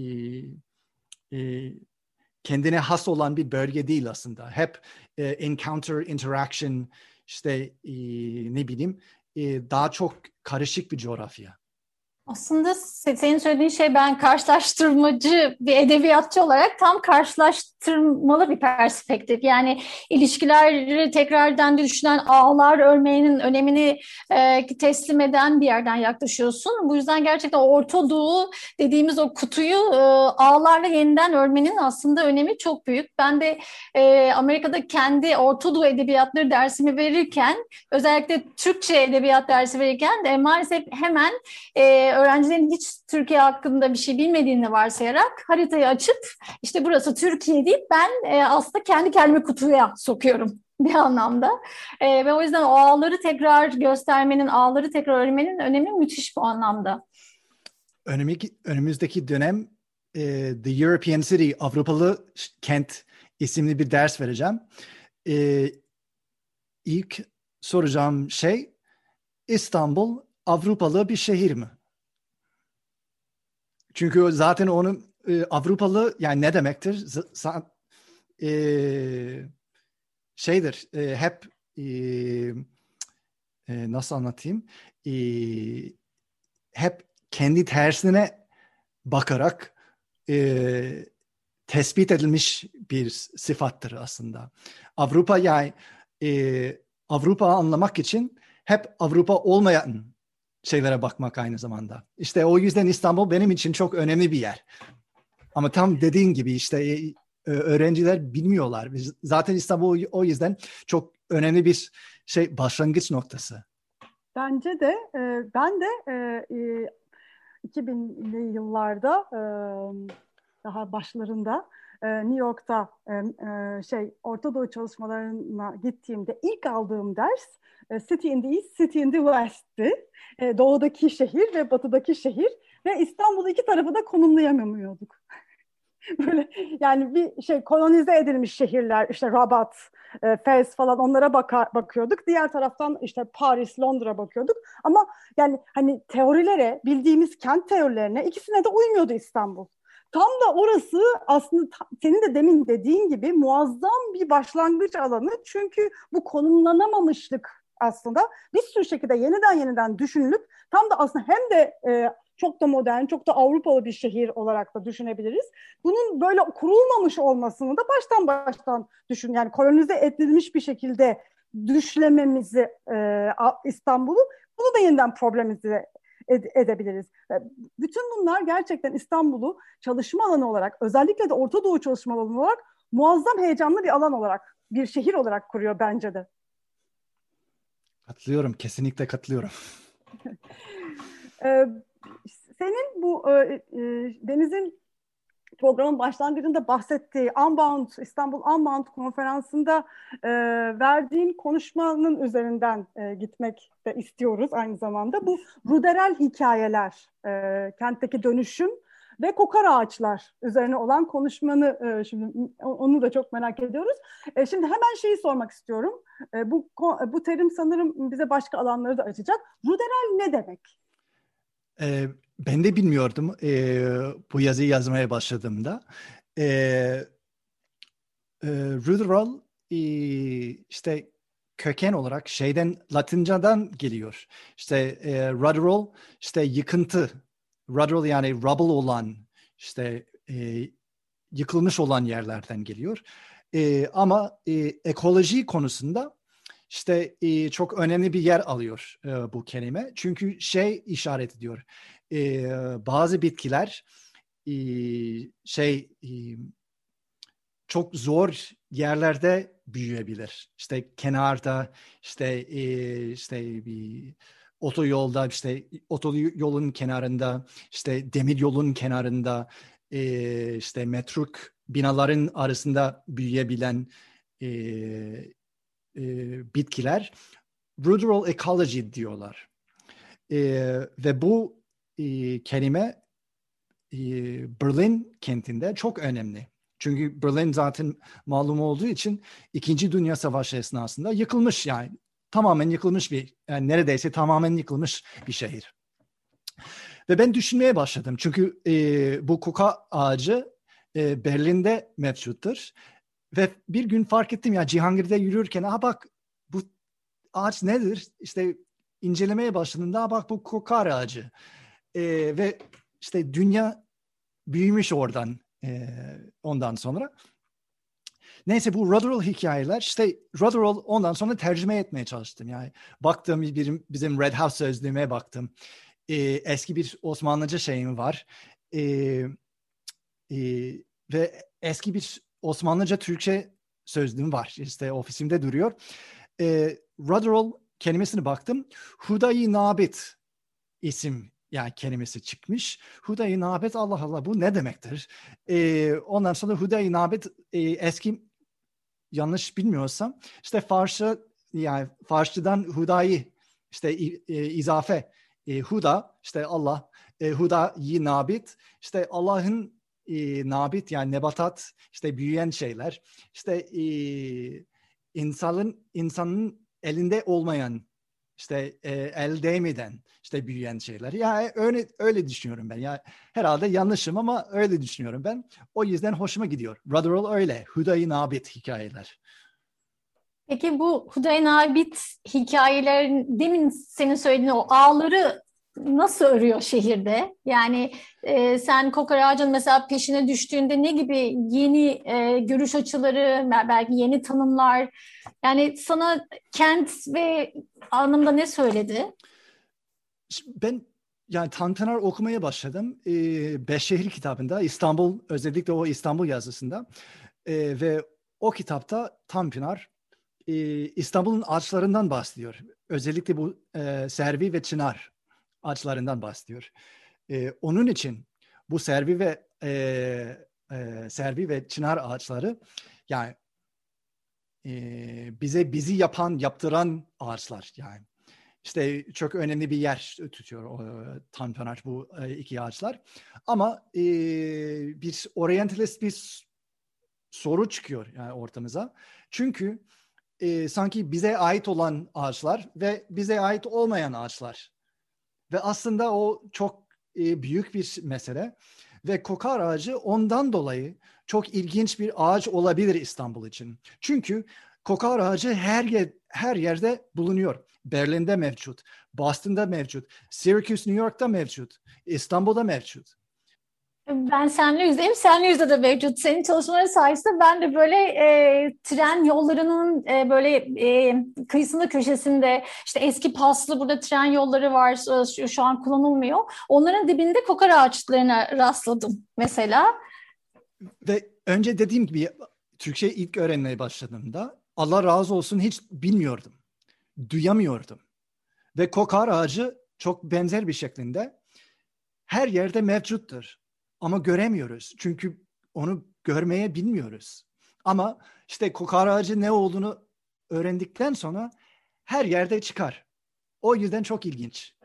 e, kendine has olan bir bölge değil aslında. Hep e, encounter, interaction, işte e, ne bileyim e, daha çok karışık bir coğrafya. Aslında senin söylediğin şey, ben karşılaştırmacı bir edebiyatçı olarak tam karşılaştırmalı bir perspektif. Yani ilişkileri tekrardan düşünen, ağlar örmeğinin önemini e, teslim eden bir yerden yaklaşıyorsun. Bu yüzden gerçekten Orta Doğu dediğimiz o kutuyu e, ağlarla yeniden örmenin aslında önemi çok büyük. Ben de e, Amerika'da kendi Orta Doğu edebiyatları dersimi verirken, özellikle Türkçe edebiyat dersi verirken de maalesef hemen e, öğrencilerin hiç Türkiye hakkında bir şey bilmediğini varsayarak haritayı açıp işte burası Türkiye deyip ben e, aslında kendi kendimi kutuya sokuyorum bir anlamda. E, ve o yüzden o ağları tekrar göstermenin, ağları tekrar öğrenmenin önemi müthiş bu anlamda. Önümüzdeki, önümüzdeki dönem e, The European City, Avrupalı Kent isimli bir ders vereceğim. E, ilk soracağım şey, İstanbul Avrupalı bir şehir mi? Çünkü zaten onun e, Avrupalı yani ne demektir? Z- e, şeydir, e, hep e, e, nasıl anlatayım? E, hep kendi tersine bakarak e, tespit edilmiş bir sıfattır aslında. Avrupa yani e, Avrupa anlamak için hep Avrupa olmayan şeylere bakmak aynı zamanda. İşte o yüzden İstanbul benim için çok önemli bir yer. Ama tam dediğin gibi işte e, öğrenciler bilmiyorlar. Zaten İstanbul o yüzden çok önemli bir şey başlangıç noktası. Bence de e, ben de e, e, iki binli yıllarda e, daha başlarında e, New York'ta e, e, şey Orta Doğu çalışmalarına gittiğimde ilk aldığım ders e, City in the East, City in the West'ti. E, doğudaki şehir ve batıdaki şehir ve İstanbul'u iki tarafı da konumlayamıyorduk. Böyle yani bir şey kolonize edilmiş şehirler işte Rabat, e, Fez falan onlara baka, bakıyorduk. Diğer taraftan işte Paris, Londra bakıyorduk. Ama yani hani teorilere, bildiğimiz kent teorilerine ikisine de uymuyordu İstanbul. Tam da orası aslında senin de demin dediğin gibi muazzam bir başlangıç alanı. Çünkü bu konumlanamamışlık aslında bir sürü şekilde yeniden yeniden düşünülüp tam da aslında hem de e, çok da modern, çok da Avrupalı bir şehir olarak da düşünebiliriz. Bunun böyle kurulmamış olmasını da baştan baştan düşün. Yani kolonize edilmiş bir şekilde düşlememizi e, İstanbul'u, bunu da yeniden problemize ed- edebiliriz. Bütün bunlar gerçekten İstanbul'u çalışma alanı olarak, özellikle de Orta Doğu çalışma alanı olarak muazzam heyecanlı bir alan olarak, bir şehir olarak kuruyor bence de. Katılıyorum, kesinlikle katılıyorum. Ee, senin bu e, e, Deniz'in programın başlangıcında bahsettiği Unbound, İstanbul Unbound konferansında e, verdiğin konuşmanın üzerinden e, gitmek de istiyoruz aynı zamanda. Bu ruderel hikayeler, e, kentteki dönüşüm ve kokar ağaçlar üzerine olan konuşmanı e, şimdi onu da çok merak ediyoruz. E, şimdi hemen şeyi sormak istiyorum. E, bu bu terim sanırım bize başka alanları da açacak. Ruderel ne demek? Ee, ben de bilmiyordum e, bu yazıyı yazmaya başladığımda. E, e, ruderal e, işte köken olarak şeyden Latinca'dan geliyor. İşte e, ruderal işte yıkıntı. Ruderal yani rubble olan işte e, yıkılmış olan yerlerden geliyor. E, ama e, ekoloji konusunda İşte e, çok önemli bir yer alıyor e, bu kelime. Çünkü şey işaret ediyor. E, bazı bitkiler e, şey e, çok zor yerlerde büyüyebilir. İşte kenarda, işte e, işte bir otoyolda, işte otoyolun kenarında, işte demir yolun kenarında, e, işte metruk binaların arasında büyüyebilen e, e, bitkiler ruderal ecology diyorlar. E, ve bu e, kelime e, Berlin kentinde çok önemli. Çünkü Berlin zaten malum olduğu için İkinci Dünya Savaşı esnasında yıkılmış yani tamamen yıkılmış bir yani neredeyse tamamen yıkılmış bir şehir. Ve ben düşünmeye başladım. Çünkü e, bu koka ağacı e, Berlin'de mevcuttur. Ve bir gün fark ettim ya Cihangir'de yürürken aha bak bu ağaç nedir? İşte incelemeye başladığımda aha bak bu kokar ağacı. E, ve işte dünya büyümüş oradan e, ondan sonra. Neyse bu ruderal hikayeler işte ruderal ondan sonra tercüme etmeye çalıştım. Yani baktım bizim, bizim Red House sözlüğüme baktım. E, eski bir Osmanlıca şeyim var. E, e, ve eski bir Osmanlıca Türkçe sözlüğüm var. İşte ofisimde duruyor. E, ruderal kelimesine baktım. Hudayi Nabit isim yani kelimesi çıkmış. Hudayi Nabit Allah Allah bu ne demektir? E, ondan sonra Hudayi Nabit e, eski yanlış bilmiyorsam işte Farsça yani Farsçadan Hudayi işte e, izafe e, Huda işte Allah e, Hudayi Nabit işte Allah'ın e, nabit yani nebatat işte büyüyen şeyler işte e, insanın insanın elinde olmayan işte e, el değmeden işte büyüyen şeyler. Yani öyle öyle düşünüyorum ben. Ya herhalde yanlışım ama öyle düşünüyorum ben. O yüzden hoşuma gidiyor. Ruderal öyle. Hudayi Nabit hikayeler. Peki bu Hüdaynabit hikayelerin, demin senin söylediğin o ağları nasıl örüyor şehirde? Yani e, sen kokar ağacın mesela peşine düştüğünde ne gibi yeni e, görüş açıları, belki yeni tanımlar, yani sana kent ve anlamda ne söyledi? Ben yani Tanpınar okumaya başladım. Ee, Beşşehir kitabında, İstanbul, özellikle o İstanbul yazısında ee, ve o kitapta Tanpınar e, İstanbul'un ağaçlarından bahsediyor. Özellikle bu e, servi ve çınar ağaçlarından bahsediyor. E, onun için bu servi ve e, e, servi ve çınar ağaçları yani e, bize bizi yapan, yaptıran ağaçlar yani. İşte çok önemli bir yer tutuyor o Tanpınar bu e, iki ağaçlar. Ama e, bir oryantalist bir soru çıkıyor yani ortamıza. Çünkü e, sanki bize ait olan ağaçlar ve bize ait olmayan ağaçlar. Ve aslında o çok e, büyük bir mesele. Ve kokar ağacı ondan dolayı çok ilginç bir ağaç olabilir İstanbul için. Çünkü kokar ağacı her yer, her yerde bulunuyor. Berlin'de mevcut, Boston'da mevcut, Syracuse, New York'ta mevcut, İstanbul'da mevcut. Ben seninle yüzdeyim, seninle yüzde de mevcut. Senin çalışmaları sayesinde ben de böyle e, tren yollarının e, böyle e, kıyısında köşesinde, işte eski paslı burada tren yolları var, şu, şu an kullanılmıyor. Onların dibinde kokar ağaçlarına rastladım mesela. Ve önce dediğim gibi Türkçe ilk öğrenmeye başladığımda Allah razı olsun hiç bilmiyordum, duyamıyordum. Ve kokar ağacı çok benzer bir şeklinde her yerde mevcuttur. Ama göremiyoruz. Çünkü onu görmeye bilmiyoruz. Ama işte kokar ağacı ne olduğunu öğrendikten sonra her yerde çıkar. O yüzden çok ilginç.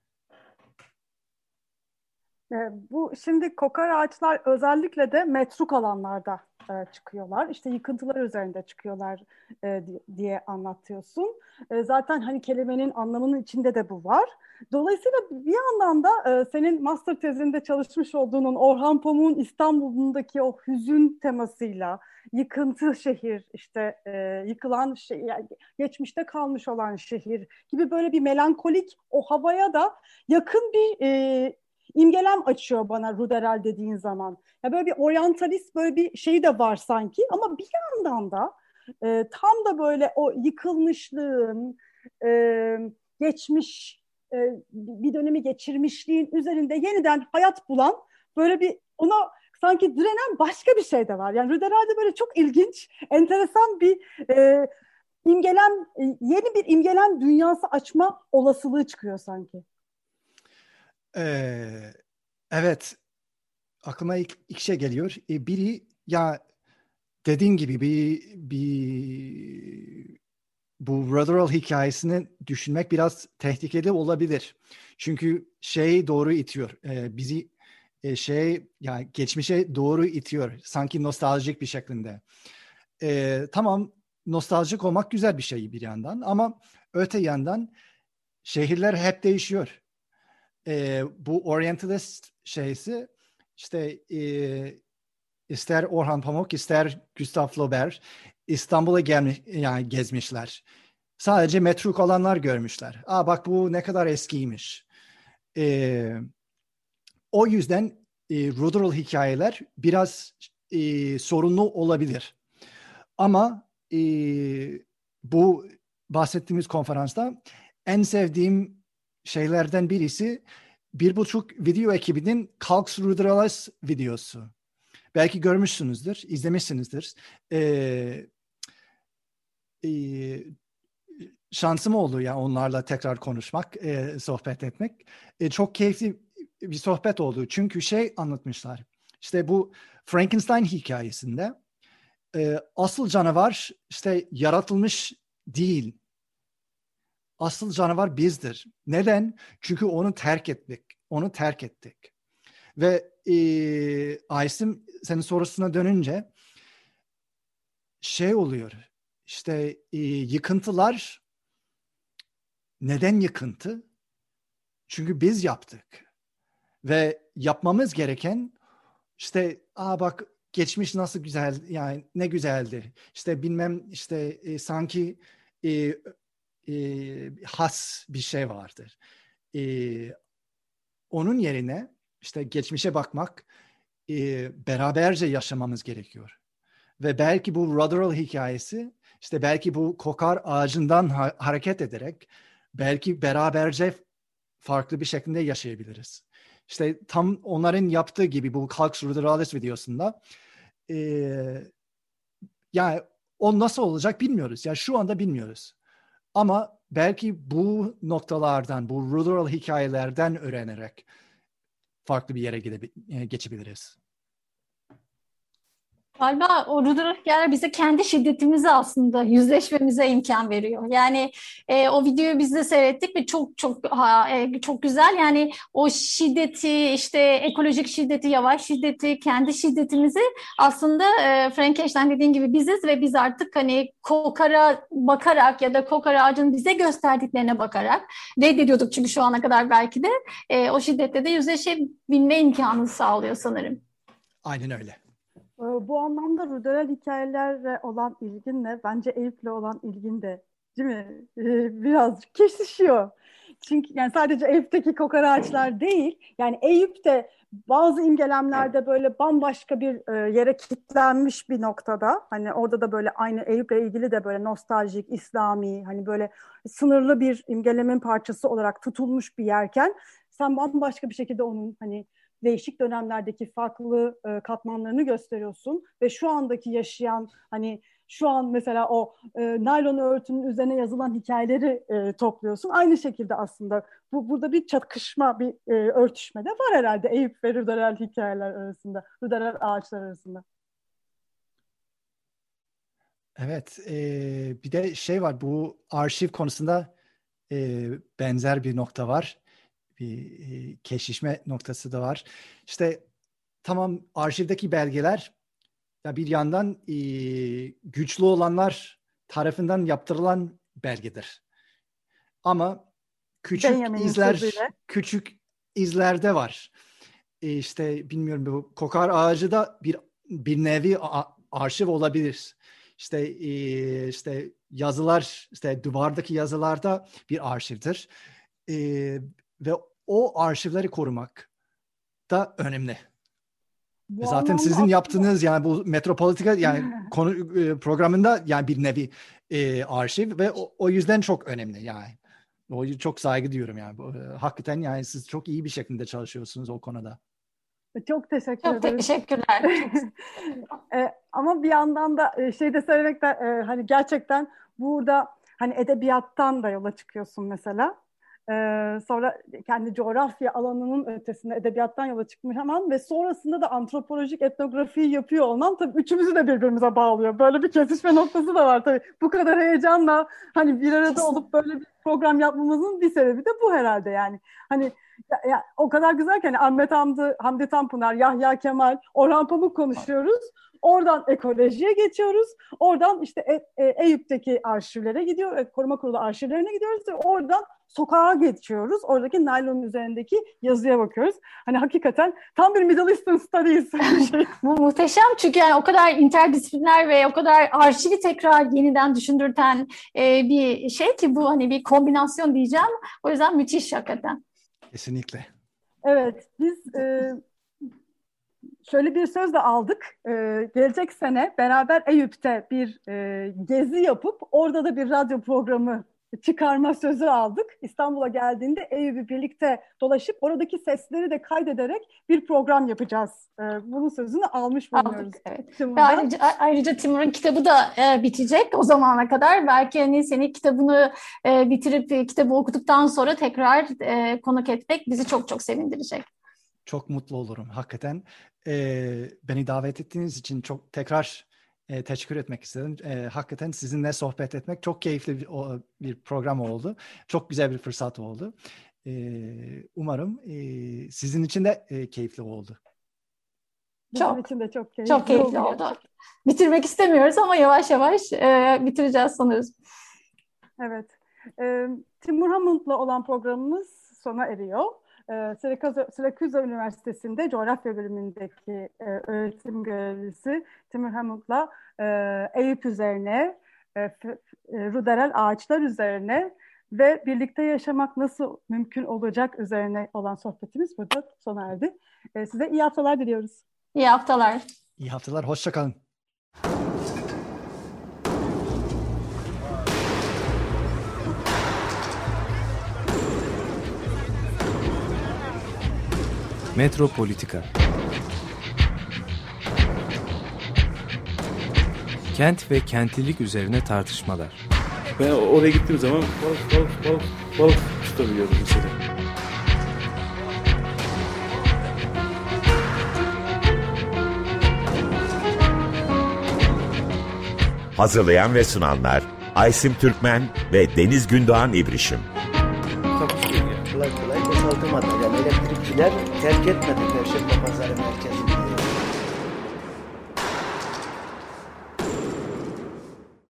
E, bu şimdi kokar ağaçlar özellikle de metruk alanlarda e, çıkıyorlar. İşte yıkıntılar üzerinde çıkıyorlar e, diye anlatıyorsun. E, zaten hani kelimenin anlamının içinde de bu var. Dolayısıyla bir yandan da e, senin master tezinde çalışmış olduğunun Orhan Pamuk'un İstanbul'undaki o hüzün temasıyla yıkıntı şehir, işte e, yıkılan şey, yani geçmişte kalmış olan şehir gibi böyle bir melankolik o havaya da yakın bir e, imgelem açıyor bana Ruderal dediğin zaman. Ya böyle bir oryantalist böyle bir şey de var sanki ama bir yandan da e, tam da böyle o yıkılmışlığın, e, geçmiş e, bir dönemi geçirmişliğin üzerinde yeniden hayat bulan böyle bir ona sanki direnen başka bir şey de var. Yani Ruderal'de böyle çok ilginç, enteresan bir e, imgelem, yeni bir imgelem dünyası açma olasılığı çıkıyor sanki. Ee, evet, aklıma ilk, ilk şey geliyor. Ee, biri ya dediğin gibi bir, bir bu Ruderal hikayesini düşünmek biraz tehlikeli olabilir. Çünkü şey doğru itiyor. Ee, bizi e, şey yani geçmişe doğru itiyor. Sanki nostaljik bir şeklinde. Ee, tamam, nostaljik olmak güzel bir şey bir yandan ama öte yandan şehirler hep değişiyor. E, bu oryantalist şeysi işte e, ister Orhan Pamuk ister Gustav Flaubert İstanbul'a gelmiş yani gezmişler. Sadece metruk alanlar görmüşler. Aa bak bu ne kadar eskiymiş. E, o yüzden e, Ruderal hikayeler biraz e, sorunlu olabilir. Ama e, bu bahsettiğimiz konferansta en sevdiğim şeylerden birisi bir buçuk video ekibinin Kalks Ruderalis videosu. Belki görmüşsünüzdür, izlemişsinizdir. Ee, e, şansım oldu ya onlarla tekrar konuşmak, e, sohbet etmek. E, çok keyifli bir sohbet oldu. Çünkü şey anlatmışlar. İşte bu Frankenstein hikayesinde e, asıl canavar işte yaratılmış değil. Asıl canavar bizdir. Neden? Çünkü onu terk ettik. Onu terk ettik. Ve e, Aysim senin sorusuna dönünce şey oluyor. İşte e, yıkıntılar neden yıkıntı? Çünkü biz yaptık. Ve yapmamız gereken işte aa bak geçmiş nasıl güzel, yani ne güzeldi. İşte bilmem işte e, sanki e, e, has bir şey vardır. E, onun yerine işte geçmişe bakmak, e, beraberce yaşamamız gerekiyor. Ve belki bu Rutherford hikayesi, işte belki bu kokar ağacından ha- hareket ederek belki beraberce farklı bir şekilde yaşayabiliriz. İşte tam onların yaptığı gibi bu Calx Ruderalis videosunda e, yani o nasıl olacak bilmiyoruz. Yani şu anda bilmiyoruz. Ama belki bu noktalardan, bu Rutherford hikayelerden öğrenerek farklı bir yere gide- geçebiliriz. Galiba o Rudolf Geller bize kendi şiddetimizi aslında yüzleşmemize imkan veriyor. Yani e, o videoyu biz de seyrettik ve çok çok ha, e, çok güzel. Yani o şiddeti, işte ekolojik şiddeti, yavaş şiddeti, kendi şiddetimizi aslında e, Frankenstein dediğin gibi biziz ve biz artık hani kokara bakarak ya da kokar ağacın bize gösterdiklerine bakarak reddediyorduk çünkü şu ana kadar belki de e, o şiddetle de yüzleşebilme imkanı sağlıyor sanırım. Aynen öyle. Bu anlamda ruderal hikayelerle olan ilginle bence Eyüp'le olan ilgin de, değil mi? Ee, birazcık kesişiyor. Çünkü yani sadece Eyüp'teki kokar ağaçlar değil, yani Eyüp de bazı imgelemlerde böyle bambaşka bir e, yere kilitlenmiş bir noktada. Hani orada da böyle aynı Eyüp'le ilgili de böyle nostaljik, İslami, hani böyle sınırlı bir imgelemin parçası olarak tutulmuş bir yerken sen bambaşka bir şekilde onun hani değişik dönemlerdeki farklı e, katmanlarını gösteriyorsun ve şu andaki yaşayan hani şu an mesela o e, naylon örtünün üzerine yazılan hikayeleri e, topluyorsun. Aynı şekilde aslında bu burada bir çatışma, bir e, örtüşme de var herhalde Eyüp ve ruderal hikayeler arasında, ruderal ağaçlar arasında. Evet, e, bir de şey var, bu arşiv konusunda e, benzer bir nokta var. Bir e, kesişme noktası da var. İşte tamam, arşivdeki belgeler ya bir yandan e, güçlü olanlar tarafından yaptırılan belgedir. Ama küçük Benjamin'in izler, sözüyle. küçük izlerde var. E, işte bilmiyorum, bu kokar ağacı da bir bir nevi a- arşiv olabilir. İşte e, işte yazılar, işte duvardaki yazılarda bir arşivdir. E, ve o arşivleri korumak da önemli. Bu Zaten anlamda sizin aslında yaptığınız yani bu Metropolitika yani konu e, programında yani bir nevi e, arşiv ve o, o yüzden çok önemli yani. O yüzden çok saygı duyuyorum yani. Bu, e, hakikaten yani siz çok iyi bir şekilde çalışıyorsunuz o konuda. çok teşekkür Çok ederiz. teşekkürler. Çok e, ama bir yandan da e, şey de söylemek de e, hani gerçekten burada hani edebiyattan da yola çıkıyorsun mesela. E, sonra kendi coğrafya alanının ötesinde edebiyattan yola çıkmış hemen ve sonrasında da antropolojik etnografiyi yapıyor olman tabii üçümüzü de birbirimize bağlıyor. Böyle bir kesişme noktası da var tabii. Bu kadar heyecanla hani bir arada olup böyle bir program yapmamızın bir sebebi de bu herhalde yani. Hani ya, ya, o kadar güzel ki hani Ahmet Hamdi, Hamdi Tanpınar, Yahya Kemal, Orhan Pamuk konuşuyoruz. Oradan ekolojiye geçiyoruz. Oradan işte e, e, Eyüp'teki arşivlere gidiyor, e, koruma kurulu arşivlerine gidiyoruz ve oradan sokağa geçiyoruz. Oradaki naylonun üzerindeki yazıya bakıyoruz. Hani hakikaten tam bir Middle Eastern Studies şey. Bu muhteşem çünkü yani o kadar interdisipliner ve o kadar arşivi tekrar yeniden düşündürten e, bir şey ki bu hani bir kombinasyon diyeceğim. O yüzden müthiş hakikaten. Kesinlikle. Evet, biz e, şöyle bir söz de aldık. E, gelecek sene beraber Eyüp'te bir e, gezi yapıp orada da bir radyo programı çıkarma sözü aldık. İstanbul'a geldiğinde Eyüp'ü birlikte dolaşıp oradaki sesleri de kaydederek bir program yapacağız. E, bunun sözünü almış bulunuyoruz. Aldık, evet. Timur'dan. Ayrıca, ayrıca Timur'un kitabı da e, bitecek o zamana kadar. Belki hani senin kitabını e, bitirip e, kitabı okuduktan sonra tekrar e, konuk etmek bizi çok çok sevindirecek. Çok mutlu olurum hakikaten. Ee, beni davet ettiğiniz için çok tekrar e, teşekkür etmek istedim. E, hakikaten sizinle sohbet etmek çok keyifli bir, o, bir program oldu. Çok güzel bir fırsat oldu. E, umarım e, sizin için de e, keyifli oldu. Bizim Çok, için de çok keyifli, çok keyifli oldu. oldu. Bitirmek istemiyoruz ama yavaş yavaş e, bitireceğiz sanırız. Evet. E, Timur Hammond'la olan programımız sona eriyor. e, Syracuse, Syracuse Üniversitesi'nde coğrafya bölümündeki e, öğretim görevlisi Timur Hammond'la e, Eyüp üzerine, e, e, ruderel ağaçlar üzerine ve birlikte yaşamak nasıl mümkün olacak üzerine olan sohbetimiz burada sona erdi. E, size iyi haftalar diliyoruz. İyi haftalar. İyi haftalar, hoşça kalın. Metropolitika. Kent ve kentlilik üzerine tartışmalar. Ben oraya gittiğim zaman balık balık balık balık tutabiliyordum mesela. Hazırlayan ve sunanlar Aysim Türkmen ve Deniz Gündoğan İbrişim. Kolay kolay boşaltamadı. Yani elektrikçiler terk etmedi Perşembe Pazarı merkezini.